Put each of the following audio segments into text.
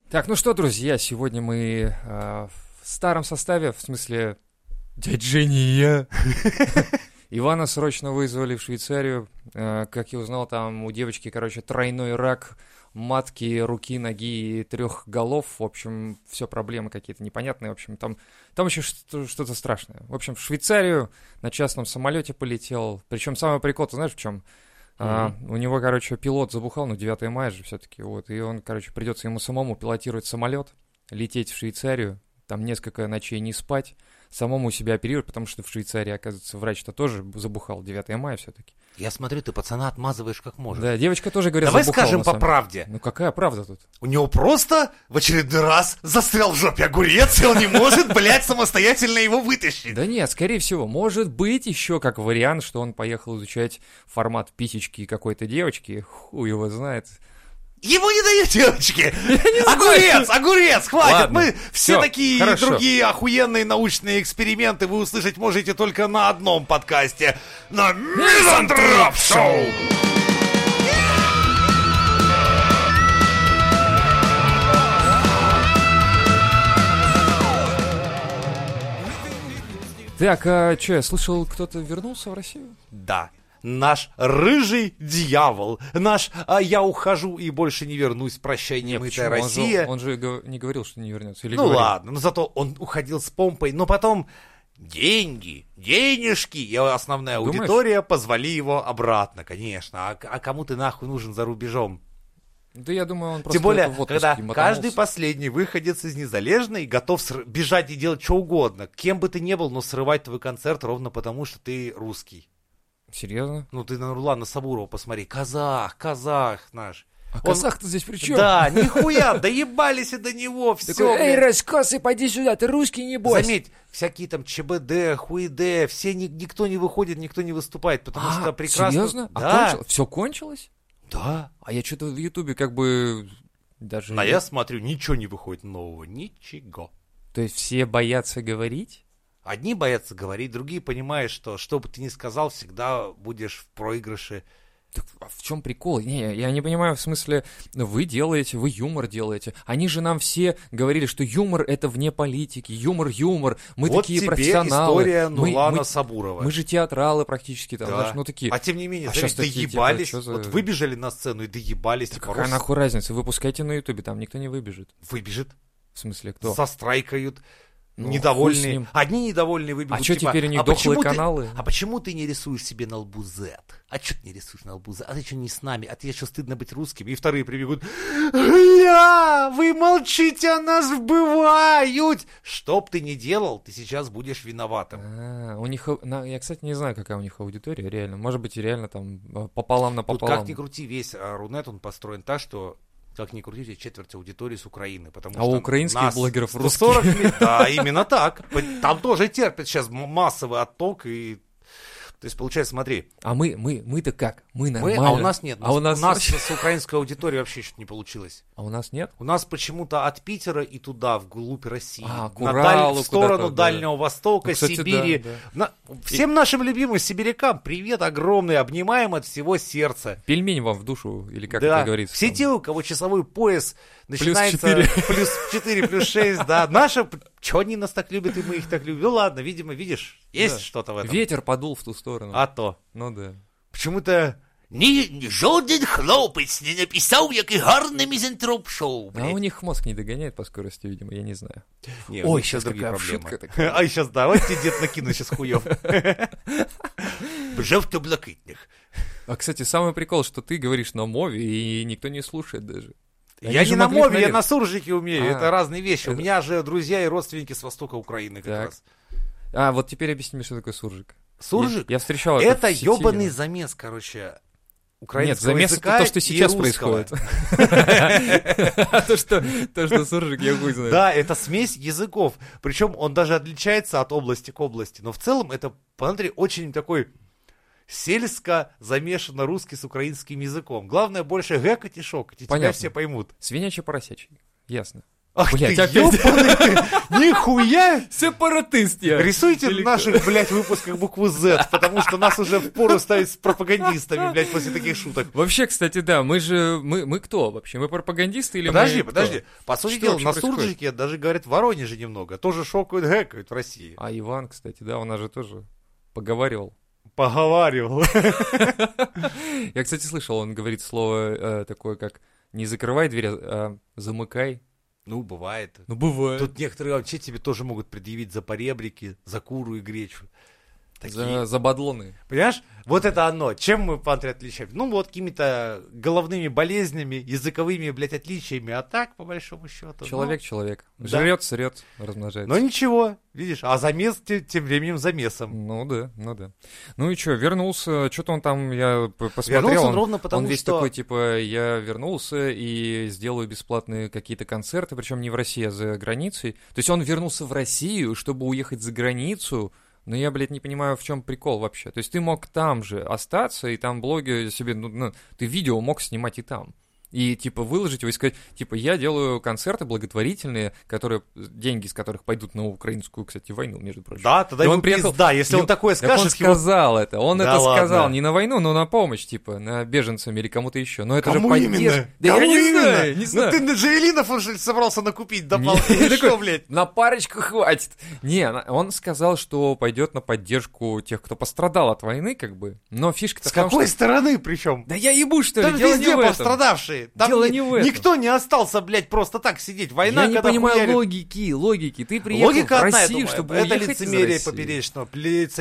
Так, ну что, друзья, сегодня мы в старом составе, в смысле, дядь Женя и я. Ивана срочно вызвали в Швейцарию. Как я узнал, там у девочки, тройной рак матки, руки, ноги и 3 голов. В общем, все проблемы какие-то непонятные. В общем, там еще что-то страшное. В общем, в Швейцарию на частном самолете полетел. Причем самый прикол, ты знаешь, в чем? У него, пилот забухал, 9 мая же все-таки, вот, и он, придется ему самому пилотировать самолет, лететь в Швейцарию, там несколько ночей не спать, самому себя оперировать, потому что в Швейцарии, оказывается, врач-то тоже забухал, 9 мая все-таки. Я смотрю, ты пацана отмазываешь как можешь. Да, девочка тоже, говорит, давай забухала. Давай скажем по правде. Ну какая правда тут? У него просто в очередной раз застрял в жопе огурец, и он не может, блядь, самостоятельно его вытащить. Да нет, скорее всего, может быть еще как вариант, что он поехал изучать формат писечки какой-то девочки, хуй его знает. Ему не дают девочки! Огурец, хватит! Ладно, мы все такие хорошо. Другие охуенные научные эксперименты вы услышать можете только на одном подкасте. На Мизантроп Шоу! Так, а что, я слышал, кто-то вернулся в Россию? Да. Наш рыжий дьявол, я ухожу и больше не вернусь, прощай, немытая Россия. Он же не говорил, что не вернется. Или ну говорил? Ладно, но зато он уходил с помпой, но потом денежки и основная аудитория позвали его обратно, конечно. А кому ты нахуй нужен за рубежом? Да я думаю, он просто тем более, в когда мотанулся. Каждый последний выходец из Незалежной готов бежать и делать что угодно, кем бы ты ни был, но срывать твой концерт ровно потому, что ты русский. Серьезно? Ну ты на Нурлана Сабурова посмотри. Казах наш. А казах-то здесь при чем? Да, нихуя, доебались и до него, все. Эй, раскосы, пойди сюда, ты русский, не бойся. Заметь, всякие там ЧБД, хуиде, никто не выходит, никто не выступает, потому что прекрасно... Серьезно? Да. Все кончилось? Да. А я что-то в Ютубе даже... А я смотрю, ничего не выходит нового, ничего. То есть все боятся говорить? Одни боятся говорить, другие понимают, что бы ты ни сказал, всегда будешь в проигрыше. Так, а в чем прикол? Не, я не понимаю, в смысле, вы юмор делаете. Они же нам все говорили, что юмор — это вне политики, юмор, мы вот такие тебе профессионалы. История Нурлана Сабурова. Мы же театралы практически там, да. знаешь, такие. А тем не менее, сейчас доебались, типа, вот выбежали на сцену и доебались. Да какая нахуй разница, выпускайте на Ютубе, там никто не выбежит. Выбежит. В смысле, кто? Застрайкают. Ну, недовольные. Одни недовольные выбегут. А что теперь у них дохлые каналы? А почему ты не рисуешь себе на лбу Z? А что ты не рисуешь на лбу Z? А ты что не с нами? А тебе что, стыдно быть русским? И вторые прибегут. Вы молчите, а нас вбывают! Что б ты ни делал, ты сейчас будешь виноватым. У них, я, кстати, не знаю, какая у них аудитория, реально. Может быть, реально там пополам на пополам. Тут как ни крути, весь Рунет, он построен так, что как ни крутите, четверть аудитории с Украины. Потому а что у украинских блогеров 140 русские. Да, именно так. Там тоже терпят сейчас массовый отток. То есть, получается, смотри. А мы-то как? Мы нормально. А у нас нет. У нас с украинской аудиторией вообще что-то не получилось. А у нас нет? У нас почему-то от Питера и туда, вглубь России. К Уралу, в сторону Дальнего Востока, кстати, Сибири. Да. Всем нашим любимым сибирякам привет огромный, обнимаем от всего сердца. Пельмень вам в душу, или как это говорится? Все те, у кого часовой пояс начинается плюс 4, плюс 6, да. Наши, чего они нас так любят, и мы их так любим. Ну ладно, видимо, видишь, есть что-то в этом. Ветер подул в ту сторону. А то. Ну да. Почему-то жоден хлопець не написав, який гарний Мизантроп Шоу. А у них мозг не догоняет по скорости, видимо, я не знаю. Ой, сейчас другие проблемы. А сейчас давайте дед накину сейчас хуев. Жовто-блакитних. А, кстати, самый прикол, что ты говоришь на мове, и никто не слушает даже. Я не на мове, я на суржике умею. Это разные вещи. У меня же друзья и родственники с востока Украины как раз. А, вот теперь объясни мне, что такое суржик. Суржик? Я встречал это ёбаный замес, украинского замес языка это то, что сейчас и происходит. То, что суржик, я хуй знаю. Да, это смесь языков. Причем он даже отличается от области к области. Но в целом это, посмотри, очень такой сельско замешано русский с украинским языком. Главное, больше гэкать и шокать, и тебя все поймут. Свинячий поросячий, ясно. Ах Блядь, ты, опять. ёбаный ты, нихуя! Сепаратист я. Рисуйте Или в наших, блядь, выпусках букву Z, потому что нас уже впору ставить с пропагандистами, блядь, после таких шуток. Вообще, кстати, да, мы кто вообще? Мы пропагандисты или Подожди, мы кто? подожди. По сути Что дела, вообще на происходит? суржике даже говорят в Воронеже немного. Тоже шокают, гэкают в России. А Иван, кстати, да, он же тоже поговаривал. Поговаривал. Я, кстати, слышал, он говорит слово такое, как не закрывай дверь, а замыкай. Ну, бывает. Ну, бывает. Тут некоторые вообще тебе тоже могут предъявить за поребрики, за куру и гречу. Такие. За бадлоны. Понимаешь? Вот это оно. Чем мы, Пантри, отличаемся? Ну, вот какими-то головными болезнями, языковыми, блядь, отличиями. А так, по большому счету. Человек. Да. Жрет, срет, размножается. Но ничего, видишь, а замес тем временем замесом. Ну да. Ну и что, вернулся, что-то он там, я посмотрел, Вернулся он ровно потому, он весь что... такой, типа, я вернулся и сделаю бесплатные какие-то концерты, причем не в России, а за границей. То есть он вернулся в Россию, чтобы уехать за границу, но я, блядь, не понимаю, в чем прикол вообще. То есть ты мог там же остаться, и там блоги себе, ты видео мог снимать и там. И, типа, выложить его и сказать, типа, я делаю концерты благотворительные, деньги с которых пойдут на украинскую, кстати, войну, между прочим. Да, тогда И ему он приехал, пизда, если он такое так он скажет, его... сказал это, он Да это ладно. сказал не на войну, но на помощь, типа, на беженцам или кому-то еще. Но это Кому же именно? поддержка. Да Кому я не именно? знаю, не знаю. Ну ты на джавелинов уже собрался накупить, да, Не, мало ли, такой, что, блядь? на парочку хватит. Не, он сказал, что пойдет на поддержку тех, кто пострадал от войны, как бы. Но фишка-то С в том, какой что... стороны причем? Да я ебу, что ли, Там дело везде не в этом. пострадавшие. Там Дело не в этом. Никто не остался, блядь, просто так сидеть. Война, Я не когда понимаю хуярит. логики. Ты приехал Логика в одна, я Россию, думаю, чтобы это уехать из лицемерие России. поперечного.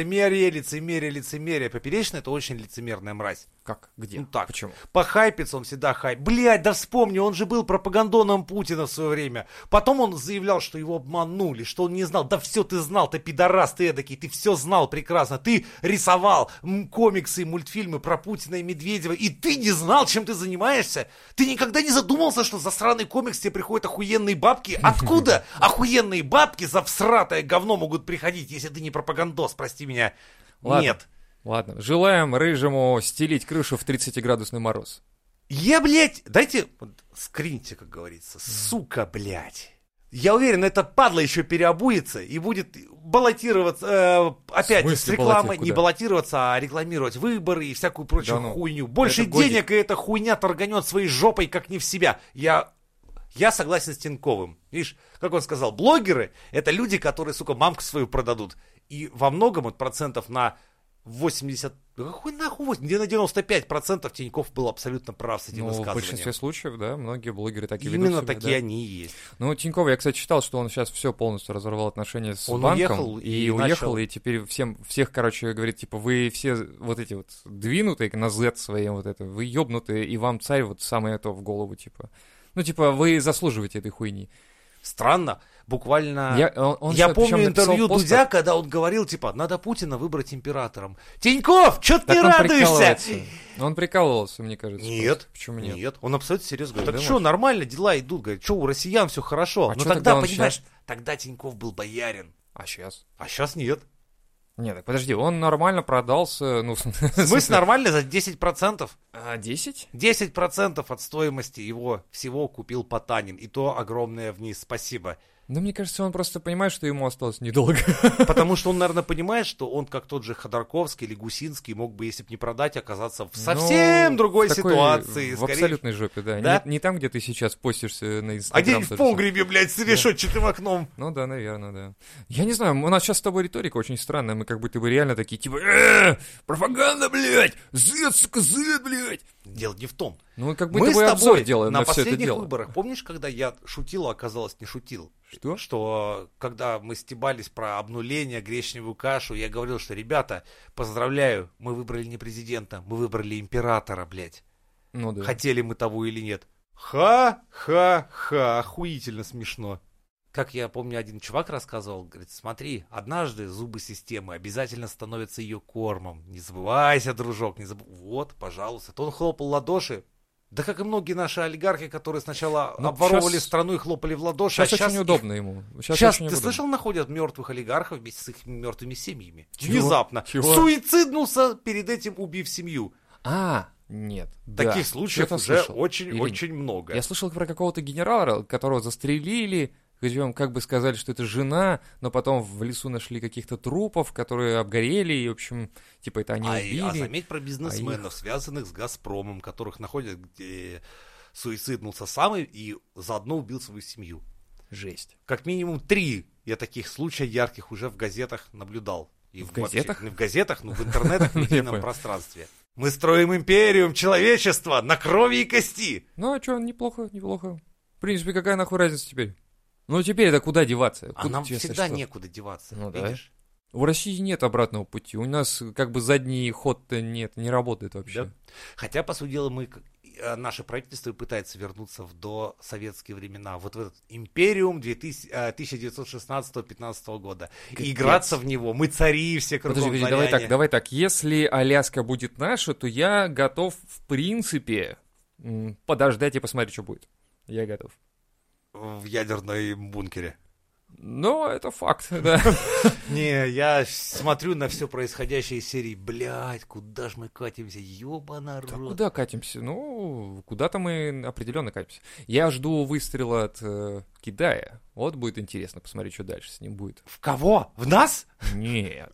Лицемерие. Поперечное — это очень лицемерная мразь. Как? Где? Ну так. Почему? Похайпится он всегда хайп. Блядь, да вспомни, он же был пропагандоном Путина в свое время. Потом он заявлял, что его обманули, что он не знал. Да все ты знал, ты пидорас, ты эдакий, ты все знал прекрасно. Ты рисовал комиксы и мультфильмы про Путина и Медведева, и ты не знал, чем ты занимаешься. Ты никогда не задумался, что за сраный комикс тебе приходят охуенные бабки? Откуда охуенные бабки за всратое говно могут приходить, если ты не пропагандос, прости меня? Ладно. Нет. Ладно, желаем Рыжему стелить крышу в 30-градусный мороз. Я, блядь, дайте, вот, скриньте, как говорится, сука, блядь. Я уверен, эта падла еще переобуется и будет баллотироваться, опять В с смысле рекламой, баллотировать? не Куда? баллотироваться, а рекламировать выборы и всякую прочую Да ну, хуйню. Больше это годик. денег, и эта хуйня торганет своей жопой, как не в себя. Я согласен с Тиньковым. Видишь, как он сказал, блогеры — это люди, которые, сука, мамку свою продадут. И во многом, вот, процентов на 80, какой нахуй, где на 95% Тиньков был абсолютно прав с этим Ну, в высказыванием. большинстве случаев, да, многие блогеры так и ведут Именно себя, такие да. они и есть. Ну, Тиньков, я, кстати, читал, что он сейчас все полностью разорвал отношения с Он банком. уехал и уехал, начал- и теперь всех, короче, говорит, типа, вы все вот эти вот двинутые на Z своем вот это, вы ёбнутые, и вам царь вот самое то в голову, типа. Ну, типа, вы заслуживаете этой хуйни. Странно, буквально... Он Я же, помню причем написал интервью пост, Дудя, когда он говорил, типа, надо Путина выбрать императором. Тиньков, чё ты так не он радуешься? прикалывается. Он прикалывался, мне кажется. Нет. просто. Почему нет? Нет, он абсолютно серьезно говорит. Так Думаешь? что, нормально, дела идут. Говорит, что у россиян все хорошо. А Но чё тогда, тогда он понимаешь, щас? тогда Тиньков был боярин. А сейчас? А сейчас нет. Нет, так подожди, он нормально продался, ну... В смысле, нормально за 10%? 10? 10% от стоимости его всего купил Потанин. И то огромное вниз спасибо. Ну, мне кажется, он просто понимает, что ему осталось недолго. Потому что он, наверное, понимает, что он, как тот же Ходорковский или Гусинский, мог бы, если бы не продать, оказаться в совсем Ну, другой в такой, ситуации. В Скорее- абсолютной жопе, да. Да? Не там, где ты сейчас постишься на А Инстаграм. где-нибудь в погребе, блядь, с решетчатым окном. Ну да, наверное, да. Я не знаю, у нас сейчас с тобой риторика очень странная. Мы как будто бы реально такие, типа, пропаганда, блядь! Зет, сука, зет, блядь! Дело не в том. Ну, как будто Мы бы с обзор тобой делаем на на все это последних дело. выборах, помнишь, когда я шутил, а оказалось не шутил? Что? Что когда мы стебались про обнуление, гречневую кашу, я говорил, что, ребята, поздравляю, мы выбрали не президента, мы выбрали императора, блядь. Ну да. Хотели мы того или нет. Ха-ха-ха, охуительно смешно. Как я помню, один чувак рассказывал, говорит, смотри, однажды зубы системы обязательно становятся ее кормом. Не забывайся, дружок, не забывай. Вот, пожалуйста. То он хлопал в ладоши. Да как и многие наши олигархи, которые сначала Ну, обворовывали щас- страну и хлопали в ладоши. Сейчас а очень удобно ему. Сейчас, очень ты удобно. слышал, находят мертвых олигархов вместе с их мертвыми семьями? Чего? Внезапно. Чего? Суициднулся, перед этим убив семью. А, Нет. Таких Да. случаев Что-то уже слышал. очень-очень много. Я слышал про какого-то генерала, которого застрелили, причем как бы сказали, что это жена, но потом в лесу нашли каких-то трупов, которые обгорели, и, в общем, типа это они убили. Заметь про бизнесменов, связанных с «Газпромом», которых находят, где суициднулся сам и заодно убил свою семью. Жесть. Как минимум 3 я таких случаев ярких уже в газетах наблюдал. И В газетах? Не в газетах, но в интернетах, в Я едином понял. пространстве. Мы строим империум человечества на крови и кости. Ну, а что, неплохо, неплохо. В принципе, какая нахуй разница теперь? Ну, теперь-то куда деваться? А Куда, нам если всегда что? некуда деваться, Ну да. видишь? В России нет обратного пути. У нас как бы задний ход-то нет, не работает вообще. Да. Хотя, по сути дела, наше правительство пытается вернуться в досоветские времена, вот в этот империум 1916-15 года. И играться в него. Мы цари все кругом. Подожди, давай так. Если Аляска будет наша, то я готов, в принципе, подождать и посмотреть, что будет. Я готов. В ядерном бункере. Но это факт, да. Не, я смотрю на все происходящее из серии, блядь, куда ж мы катимся, ёбана Да рот. куда катимся? Ну, куда-то мы определенно катимся. Я жду выстрела от Китая. Вот будет интересно посмотреть, что дальше с ним будет. В кого? В нас? Нет.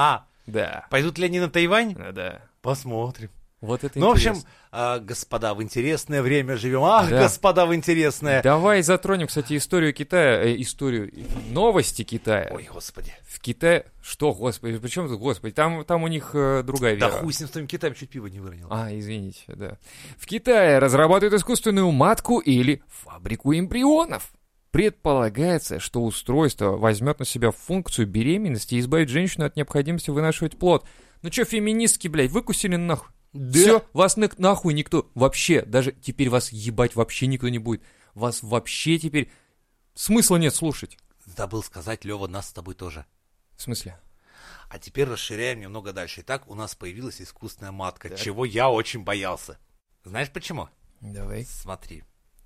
Да. Пойдут ли они на Тайвань? Да. Посмотрим. Вот это Ну, в общем, интересно. господа, в интересное время живем. Да. Господа, в интересное. Давай затронем, кстати, историю Китая, новости Китая. Ой, господи. В Китае... Что, господи, причем тут, господи, там у них другая Да вера. хуй с ним, с твоим Китаем, чуть пиво не выронил. Извините, да. В Китае разрабатывают искусственную матку или фабрику эмбрионов. Предполагается, что устройство возьмет на себя функцию беременности и избавит женщину от необходимости вынашивать плод. Ну чё, феминистки, блядь, выкусили нахуй? Да. Все, вас нахуй никто, вообще, даже теперь вас ебать вообще никто не будет. Вас вообще теперь смысла нет слушать. Забыл сказать, Лёва, нас с тобой тоже. В смысле? А теперь расширяем немного дальше. Итак, у нас появилась искусственная матка, Так. чего я очень боялся. Знаешь почему? Давай. Смотри.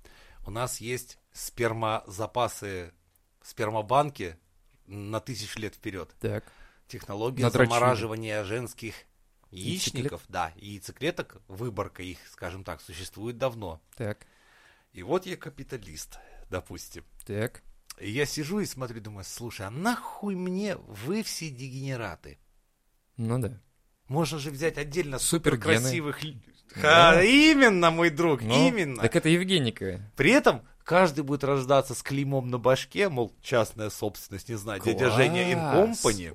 У нас есть спермозапасы, спермобанки на 1000 лет вперед. Так. Технология Надрочили. замораживания женских яичников, да, и яйцеклеток, выборка их, скажем так, существует давно. Так. И вот я капиталист, допустим. Так. И я сижу и смотрю, думаю, слушай, а нахуй мне вы все дегенераты? Ну да. Можно же взять отдельно Супергены. суперкрасивых... Да. Именно, мой друг, Ну, именно. Так это Евгеника. При этом каждый будет рождаться с клеймом на башке, мол, частная собственность, не знаю, дядя Женя and Company.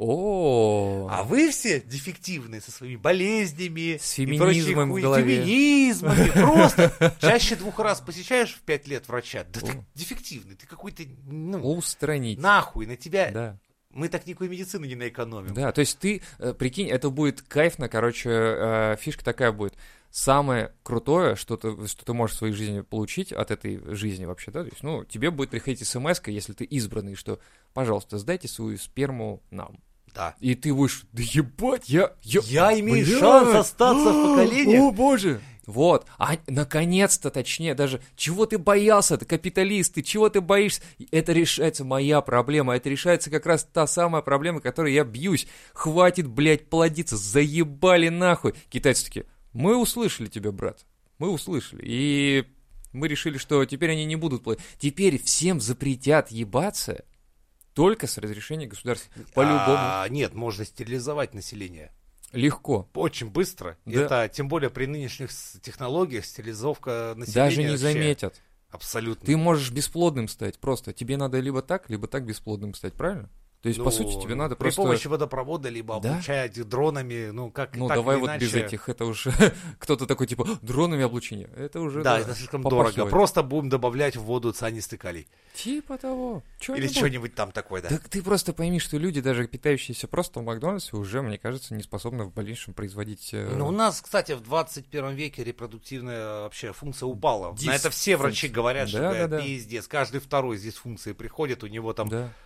О. А вы все дефективные со своими болезнями С и прочей феминизмом в хуй- голове. феминизмами. Просто чаще 2 раз посещаешь в 5 лет врача. Да ты О. дефективный, ты какой-то, ну, Устранить. нахуй, на тебя... Да. Мы так никакой медицины не наэкономим. Да, то есть ты, прикинь, это будет кайфно, короче, фишка такая будет. Самое крутое, что ты можешь в своей жизни получить от этой жизни вообще, да, то есть, ну, тебе будет приходить смс-ка, если ты избранный, что, пожалуйста, сдайте свою сперму нам. Да. И ты будешь, да ебать, я имею блядь! шанс остаться в поколении. О, боже! Вот, наконец-то, точнее, даже, чего ты боялся, ты капиталист, ты чего ты боишься? Это решается моя проблема, это решается как раз та самая проблема, которой я бьюсь. Хватит, блядь, плодиться, заебали нахуй. Китайцы такие, мы услышали тебя, брат, мы услышали, и мы решили, что теперь они не будут плодить. Теперь всем запретят ебаться только с разрешения государства, по-любому. Нет, можно стерилизовать население. Легко. Очень быстро. Да. Это, тем более при нынешних технологиях, стерилизовка населения. Даже не вообще заметят. Абсолютно. Ты можешь бесплодным стать просто. Тебе надо либо так бесплодным стать, правильно? То есть, по сути, тебе надо при просто... помощи водопровода, либо Да? облучать дронами, ну, как Ну, так давай или вот иначе. без этих. Это уже кто-то такой, типа, дронами облучение. Это уже... Да, это слишком попахивает. дорого. Просто будем добавлять в воду цианистый калий. Типа того. Или Чё-нибудь. что-нибудь там такое, да. Так ты просто пойми, что люди, даже питающиеся просто в Макдональдсе, уже, мне кажется, не способны в дальнейшем производить... Ну, у нас, кстати, в 21 веке репродуктивная вообще функция упала. На это все Дисфункция. врачи говорят, что Да, это да. пиздец. Каждый второй с дисфункцией приходит, у него там Да.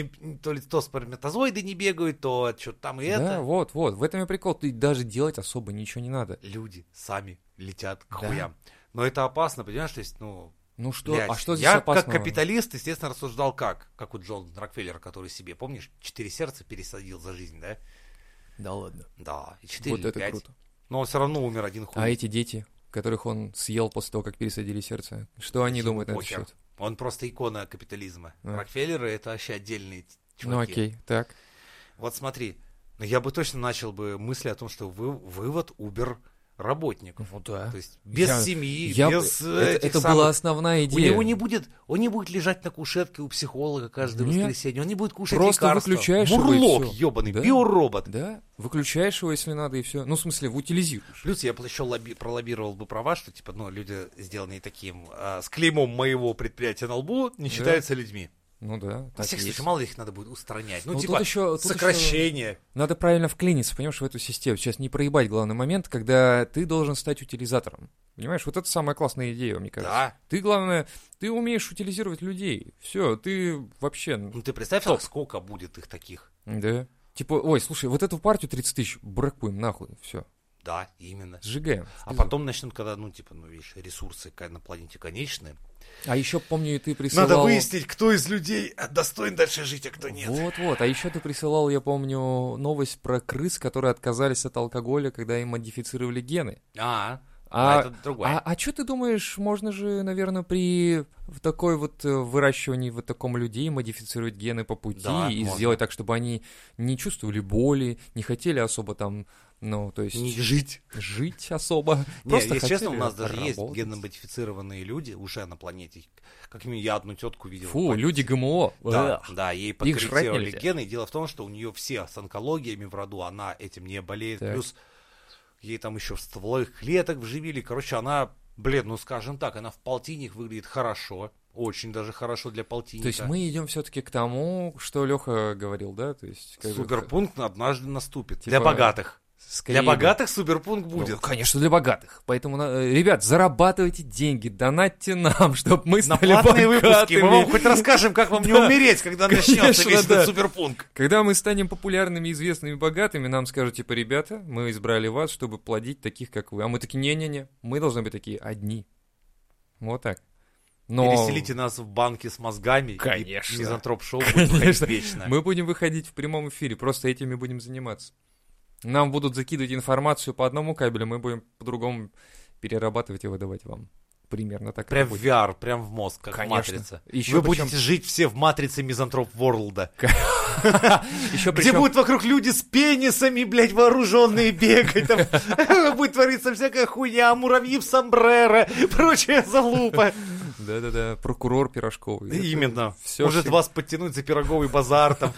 то ли то сперматозоиды не бегают, то что-то там и Да, это. вот. В этом и прикол. Ты даже делать особо ничего не надо. Люди сами летят к Да. хуям. Но это опасно, понимаешь, то есть, ну... Ну что, блядь, а что здесь я опасного? как капиталист, естественно, рассуждал как у Джона Рокфеллера, который себе, помнишь, 4 сердца пересадил за жизнь, да? Да ладно. Да, и 4 Вот или это 5. круто. Но он все равно умер один хуй. А эти дети, которых он съел после того, как пересадили сердце, что они думают на этот Похер. счет? Он просто икона капитализма. А. Рокфеллеры — это вообще отдельные чуваки. Ну окей, так. Вот смотри, но я бы точно начал бы мысли о том, что вывод Uber-работник. Ну да. То есть без семьи, без этих это самых... была основная У идея. него он не будет лежать на кушетке у психолога каждое Нет. воскресенье, он не будет кушать Просто лекарства. выключаешь его, и Мурлок всё. ебаный, Да. биоробот. Да, выключаешь его, если надо, и все. Ну, в смысле, утилизируешь. Плюс я бы еще пролоббировал бы права, что типа, люди, сделанные таким, с клеймом моего предприятия на лбу, не считаются людьми. Ну да, На так всякий и есть. случай, мало ли их надо будет устранять. Ну, Ну, типа, тут еще сокращение. надо правильно вклиниться, понимаешь, в эту систему. Сейчас не проебать главный момент, когда ты должен стать утилизатором. Понимаешь, вот это самая классная идея, мне кажется. Да. Ты, главное, ты умеешь утилизировать людей. Все, ты вообще... Ну, ты представь, Топ. сколько будет их таких. Да. Типа, ой, слушай, вот эту партию 30 тысяч бракуем нахуй, все. Да, именно. Сжигаем. А потом начнут, когда, видишь, ресурсы на планете конечны. А еще, помню, ты присылал... Надо выяснить, кто из людей достоин дальше жить, а кто нет. Вот. А еще ты присылал, я помню, новость про крыс, которые отказались от алкоголя, когда им модифицировали гены. Это другое. А что ты думаешь, можно же, наверное, при такой вот выращивании вот таком людей модифицировать гены по пути и можно. сделать так, чтобы они не чувствовали боли, не хотели особо там, то есть... Не жить. Жить особо. Не, Просто если честно, у хотели нас даже есть работать. генно-модифицированные люди уже на планете. Как минимум, я одну тетку видел. Фу, люди ГМО. Да, ей Их жрать подкорректировали нельзя. гены. И дело в том, что у нее все с онкологиями в роду, она этим не болеет. Так. Плюс ей там еще стволовых клеток вживили. Короче, она, скажем так, она в полтинник выглядит хорошо. Очень даже хорошо для полтинника. То есть мы идем все-таки к тому, что Леха говорил, да? То есть, как бы, Суперпункт однажды наступит. Типа, Для богатых. скорее Для бы. богатых суперпункт будет. Ну, конечно, для богатых. Поэтому, ребят, зарабатывайте деньги, донатьте нам, чтобы мы На стали платные выпуски. богатыми. Мы вам хоть расскажем, как вам не Да. умереть, когда начнется Конечно, весь да. этот суперпункт. Когда мы станем популярными, известными, богатыми, нам скажут, типа, ребята, мы избрали вас, чтобы плодить таких, как вы. А мы такие, не-не-не, мы должны быть такие одни. Вот так. Но Переселите нас в банки с мозгами. Конечно. И мизантроп-шоу будет выходить Конечно. вечно. мы будем выходить в прямом эфире, просто этими будем заниматься. Нам будут закидывать информацию по одному кабелю, мы будем по-другому перерабатывать и выдавать вам. Примерно так. Прям это в будет. VR, прям в мозг, как Конечно. матрица. Еще Вы причем- будете жить все в матрице Мизантроп Ворлда. Еще Где будут вокруг люди с пенисами, блядь, вооруженные бегать. Там будет твориться всякая хуйня, муравьи в сомбреро, прочая залупа. Да-да-да, прокурор Пирожковый. Именно. Всё Может всегда- вас подтянуть за пироговый базар там.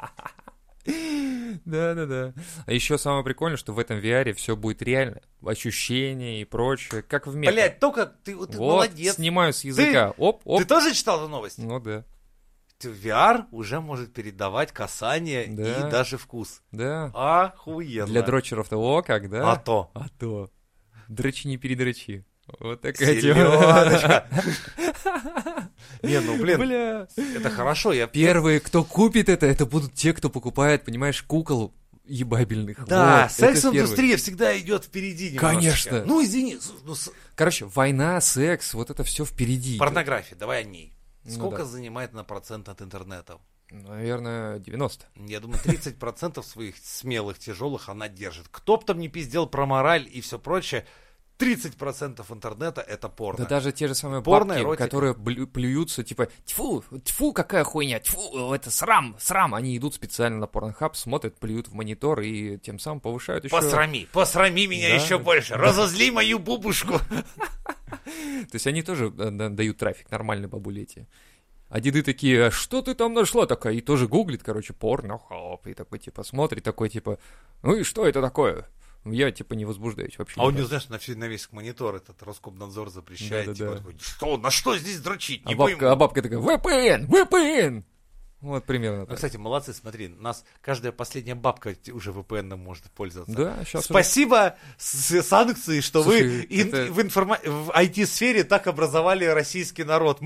Да-да-да. А еще самое прикольное, что в этом VR все будет реально. Ощущения и прочее, как в мета. Блядь, только ты вот, молодец. снимаю с языка. Оп. Ты тоже читал эту новость? Ну да. VR уже может передавать касание Да. и даже вкус. Да. Охуенно. Для дрочеров-то о как, да? А то. А то. Дрочи не передрочи. Вот такая Серёдочка. Не, блин, Бля. это хорошо. Первые, кто купит это будут те, кто покупает, понимаешь, кукол ебабельных. Да, Вот, это первые. секс-индустрия всегда идет впереди немножечко. Конечно. Ну, извини, Короче, война, секс, вот это все впереди. порнография, давай о ней. Ну Сколько да. занимает на процент от интернета? Наверное, 90. Я думаю, 30% своих смелых, тяжелых она держит. Кто б там не пиздел про мораль и все прочее, 30% интернета — это порно. Да даже те же самые Порно, бабки, эротика. которые плюются, типа, тьфу, какая хуйня, тьфу, это срам. Они идут специально на Pornhub, смотрят, плюют в монитор и тем самым повышают еще... Посрами меня Да. еще больше, разозли мою бубушку. То есть они тоже дают трафик, нормальные бабули эти. А деды такие, а что ты там нашла такая? И тоже гуглит, короче, порно, хоп, и такой, типа, смотрит, такой, типа, ну и что это такое? Я, типа, не возбуждаюсь вообще. А он не никак. знаешь, на весь монитор этот Роскомнадзор запрещает. Да-да-да. Типа, такой, что, на что здесь дрочить? Не А пойму. бабка такая, VPN! Вот примерно Ну, так. кстати, молодцы, смотри, нас каждая последняя бабка уже VPN может пользоваться. Да, сейчас Спасибо санкции, что Слушай, вы это- в IT-сфере так образовали российский народ. Мы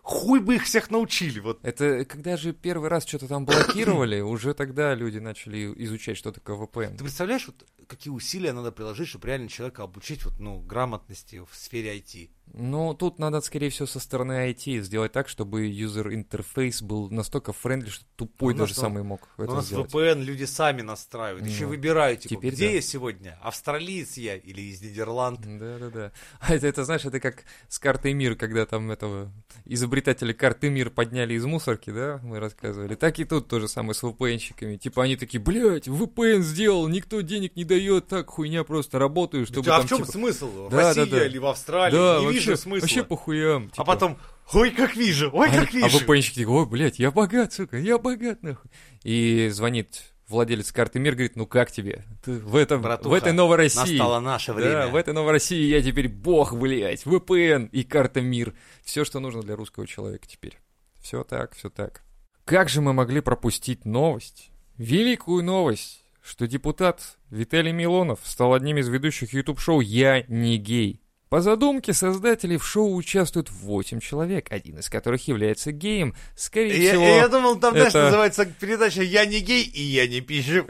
хуй бы их всех научили. Вот. Это когда же первый раз что-то там блокировали, уже тогда люди начали изучать, что такое VPN. Ты представляешь, вот, какие усилия надо приложить, чтобы реально человека обучить вот, грамотности в сфере IT? Ну, тут надо, скорее всего, со стороны IT сделать так, чтобы юзер-интерфейс был настолько френдли, что тупой У нас даже самый мог У это нас сделать. VPN люди сами настраивают, еще Ну, выбирают, типа, теперь где да. я сегодня, австралиец я или из Нидерланд. Да-да-да. А это, знаешь, это как с картой МИР, когда там этого изобретателя карты МИР подняли из мусорки, да, мы рассказывали. Так и тут то же самое с VPN-щиками. Типа они такие, блядь, VPN сделал, никто денег не дает, так хуйня просто работаю, чтобы А там в чем типа... смысл? В Да, России да, да. или в Австралии? Да, Не вообще, вижу смысла. вообще по хуям. А типа. потом, ой, как вижу, ой, как А вижу. VPN-щик такой, ой, блядь, я богат, сука, я богат, нахуй. И звонит владелец карты МИР, говорит, ну как тебе? Ты в Братуха, этой новой России. Настало наше время. Да, в этой новой России я теперь бог, блядь, VPN и карта МИР. Все, что нужно для русского человека теперь. Все так, все так. Как же мы могли пропустить новость? Великую новость, что депутат Виталий Милонов стал одним из ведущих YouTube-шоу «Я не гей». По задумке создателей в шоу участвуют 8 человек, один из которых является геем. Скорее всего... Я думал, там, знаешь, это- называется передача «Я не гей и я не пизжу».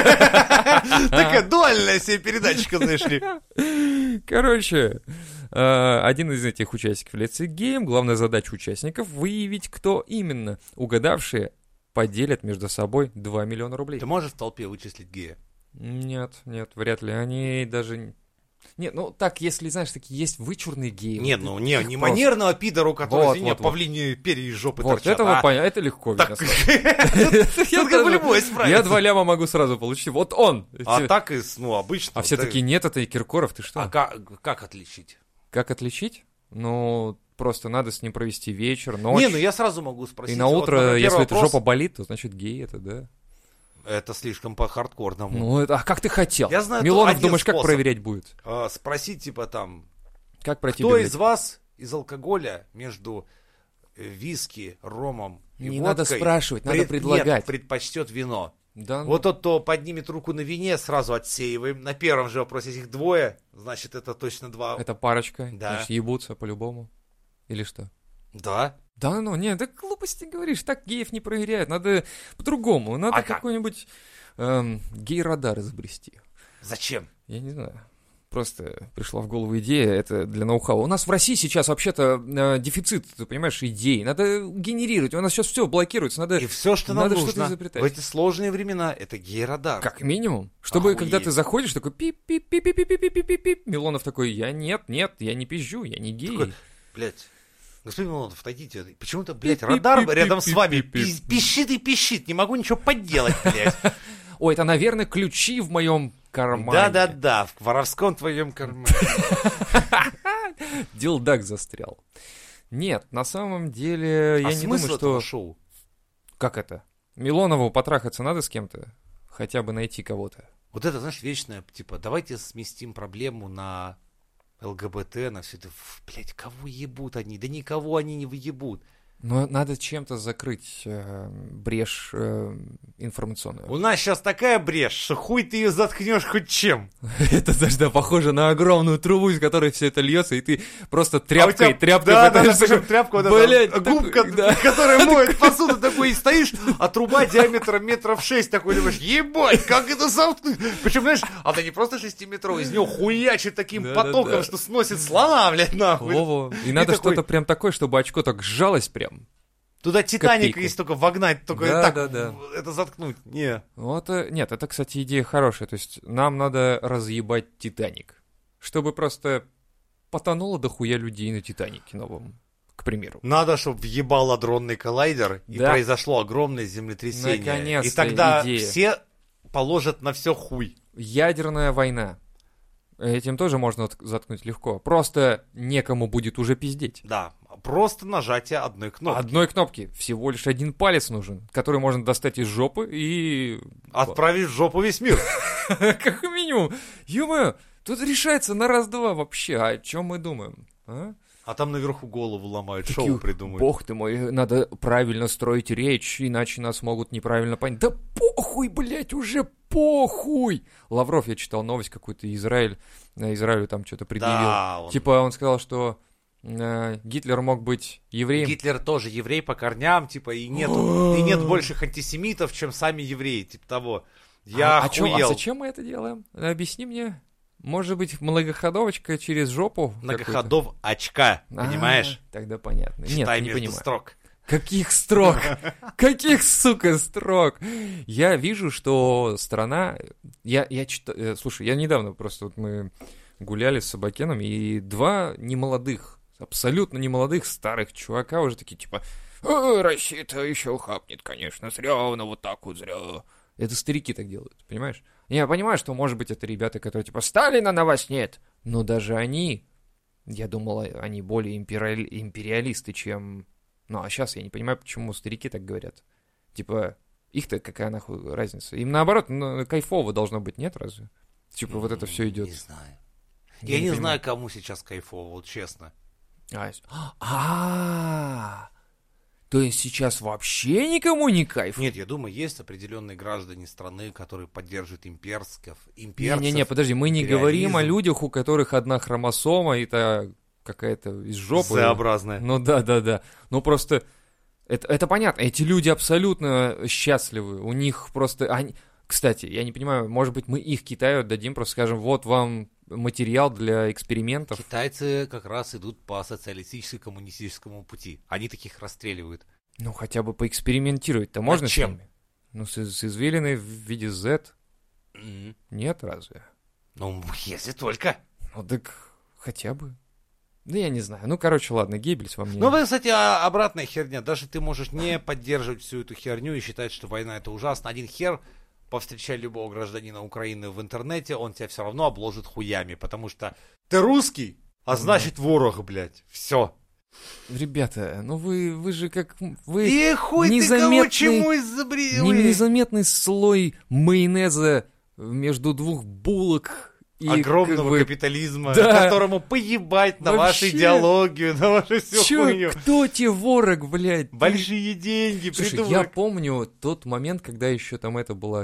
Такая дуальная себе передачка, знаешь ли. Короче, один из этих участников является геем. Главная задача участников — выявить, кто именно. Угадавшие поделят между собой 2 миллиона рублей. Ты можешь в толпе вычислить гея? Нет, вряд ли. Они даже... Нет, ну так, если, знаешь, такие есть вычурные геи. Нет, вот ну их не просто- манерного пидору, который, Вот, извини, вот, вот. павлиньи перья из жопы Вот, торчат. этого а? понятно, это легко видно Так, сразу. тут как бы любой справится. Я 2 ляма могу сразу получить. Вот он! А так, обычно. А все да. такие, нет, это Киркоров, ты что? А как отличить? Как отличить? Ну, просто надо с ним провести вечер, ночь. Не, ну я сразу могу спросить. И на вот, утро, например, если эта вопрос- жопа болит, то значит гей это, да. Это слишком по-хардкорному. Ну, это, а как ты хотел? Я знаю Милонов, один думаешь, как способ. проверять будет? Спросить, типа, там, Как пройти кто билет? из вас из алкоголя между виски, ромом и Не водкой... надо спрашивать, надо предлагать. Нет, предпочтет вино. Да, ну, Вот тот, кто поднимет руку на вине, сразу отсеиваем. На первом же вопросе, если их двое, значит, это точно два. это парочка, Да. значит, ебутся по-любому. Или что? Да. Да, ну, нет, да глупости говоришь, так геев не проверяют, надо по-другому, надо А как? какой-нибудь гей-радар изобрести. Зачем? Я не знаю. Просто пришла в голову идея, это для ноу-хау. У нас в России сейчас вообще-то дефицит, ты понимаешь, идей. Надо генерировать. У нас сейчас все блокируется. Надо И все, что нам надо что-то нужно изобретать. в эти сложные времена, это гей-радар. как минимум. Чтобы, Охуеть. когда ты заходишь, такой пип-пип-пип-пип-пип-пип-пип-пип. Милонов такой, я нет, я не пизжу, я не гей. Такой, блядь, господин Милонов, отойдите. Почему-то, блядь, Пип-пип-пип-пип-пип-пип. радар рядом с вами пищит и пищит. Не могу ничего поделать, блядь. Ой, это, наверное, ключи в моем кармане. Да-да-да, в воровском твоем кармане. Дилдак застрял. Нет, на самом деле, я А не думаю, смысл что... этого шоу? Как это? Милонову потрахаться надо с кем-то? Хотя бы найти кого-то. Вот это, знаешь, вечное, типа, давайте сместим проблему на ЛГБТ, на все это. Блядь, кого ебут они? Да никого они не выебут. Но надо чем-то закрыть брешь информационную. У нас сейчас такая брешь, что хуй ты ее заткнешь хоть чем. Это даже да, похоже на огромную трубу, из которой все это льется, и ты просто тряпкой Да, пытаешься... причем тряпка, вот Блядь, эта губка, такой, да. которая моет посуду, такой и стоишь, а труба диаметром метров 6, такой думаешь, ебать, как это заткнуть? Причем, знаешь, она не просто 6-метровая, из нее хуячит таким Да, потоком, да. что сносит слона, блядь, нахуй. Во-во. И надо такой- что-то прям такое, чтобы очко так сжалось прям. Туда Титаник, Копейку. если только вогнать, только Да, так да, да. это заткнуть. Не. Вот, нет, это, кстати, идея хорошая. То есть нам надо разъебать Титаник, чтобы просто потонуло дохуя людей на Титанике новом, к примеру. Надо, чтобы въебал адронный коллайдер, и Да. произошло огромное землетрясение. Наконец-то И тогда идея. все положат на все хуй. Ядерная война. Этим тоже можно заткнуть легко. Просто некому будет уже пиздеть. Да, просто нажатие одной кнопки. Одной кнопки. Всего лишь один палец нужен, который можно достать из жопы и... Отправить в жопу весь мир. Как минимум. Ё-моё, тут решается на раз-два вообще. О чем мы думаем? А? А там наверху голову ломают, Такие, шоу придумают. Бог ты мой, надо правильно строить речь, иначе нас могут неправильно понять. Да похуй, блядь, уже похуй! Лавров, я читал новость какую-то, Израилю там что-то предъявил. Да, он- Типа он сказал, что Гитлер мог быть евреем. Гитлер тоже еврей по корням, типа, и нет больших антисемитов, чем сами евреи, типа того. Я охуел. Зачем мы это делаем? Объясни мне. Может быть, многоходовочка через жопу? Многоходов очка, понимаешь? Тогда понятно. Читай Нет, не между понимаю. строк. Каких строк? Каких, сука, строк? Я вижу, что страна... Слушай, я недавно просто... Вот мы гуляли с Собакеном, и два немолодых, абсолютно немолодых старых чувака уже такие, типа, Россия-то еще хапнет, конечно, зря, но вот так вот зря. Это старики так делают, понимаешь? Я понимаю, что, может быть, это ребята, которые, типа, Сталина на вас нет, но даже они, я думал, они более империалисты, чем... Ну, а сейчас я не понимаю, почему старики так говорят. Типа, их-то какая нахуй разница? Им наоборот, кайфово должно быть, нет, разве? Типа, вот это все идет. Не знаю. Я не знаю, кому сейчас кайфово, вот честно. То есть сейчас вообще никому не кайф? Нет, я думаю, есть определенные граждане страны, которые поддерживают имперцев. Не, подожди, мы не говорим о людях, у которых одна хромосома, и это какая-то из жопы. Z-образная. Ну да. Ну просто, это понятно, эти люди абсолютно счастливы, у них просто... Кстати, я не понимаю, может быть, мы их Китаю отдадим, просто скажем, вот вам материал для экспериментов. Китайцы как раз идут по социалистическо-коммунистическому пути. Они таких расстреливают. Ну, хотя бы поэкспериментировать-то можно чем? с ними? Ну, с извилиной в виде Z. Нет, разве? Ну, если только. Ну, так хотя бы. Да я не знаю. Ну, короче, ладно, Геббельс во мне. Ну, кстати, обратная херня. Даже ты можешь не поддерживать всю эту херню и считать, что война это ужасно. Один хер... Повстречай любого гражданина Украины в интернете, он тебя все равно обложит хуями, потому что ты русский, а значит ворог, блядь. Все. Ребята, ну вы же как... Вы и хуй незаметный, ты кого чему изобрели? Незаметный слой майонеза между двух булок. И огромного капитализма, которому поебать на вашу идеологию, на вашу всю хуйню. Кто тебе ворог, блядь? Большие деньги, придурок. Я помню тот момент, когда еще там это была,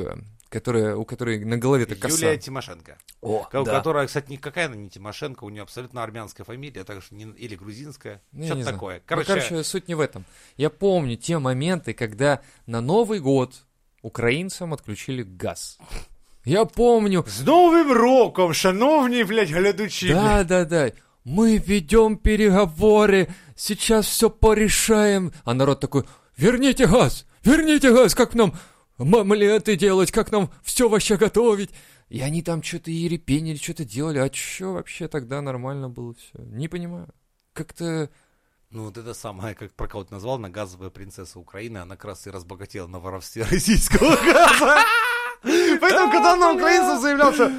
у которой на голове-то коса. Юлия Тимошенко. Которая, кстати, никакая она не Тимошенко, у нее абсолютно армянская фамилия, так что или грузинская, что-то такое. Короче, суть не в этом. Я помню те моменты, когда на Новый год украинцам отключили газ. Я помню. З Новим роком, шановні, блядь, глядачі. Да. Мы ведем переговоры, сейчас все порешаем. А народ такой, верните газ, как нам омлеты делать, как нам все вообще готовить. И они там что-то ерепенили, что-то делали. А что вообще тогда нормально было все? Не понимаю. Как-то... Ну, вот это самое, как про кого-то назвал, на газовая принцесса Украины, она как раз и разбогатела на воровстве российского газа. Поэтому, когда он на украинцев заявлял, что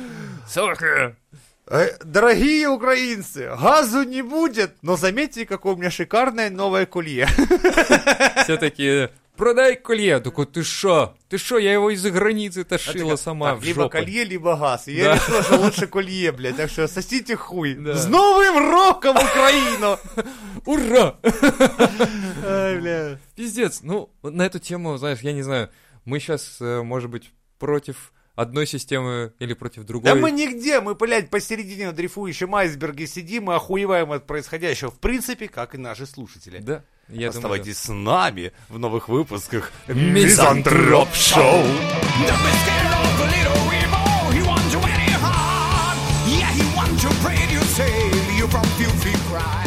дорогие украинцы, газу не будет, но заметьте, какое у меня шикарное новое колье. Все такие, продай колье. Такой, ты шо, я его из-за границы тащила сама в жопу. Либо колье, либо газ. Я решила, что лучше колье, блядь, так что сосите хуй. С Новым роком, Украину! Ура! Ай, бля. Пиздец, ну, на эту тему, знаешь, я не знаю, мы сейчас, может быть, против одной системы или против другой. Да мы нигде, мы, блядь, посередине на дрейфующем айсберге сидим и охуеваем от происходящего. В принципе, как и наши слушатели. Да, я Оставайтесь с нами в новых выпусках Мизантроп Шоу. Yeah, he wants to pray you, save you from filthy crime.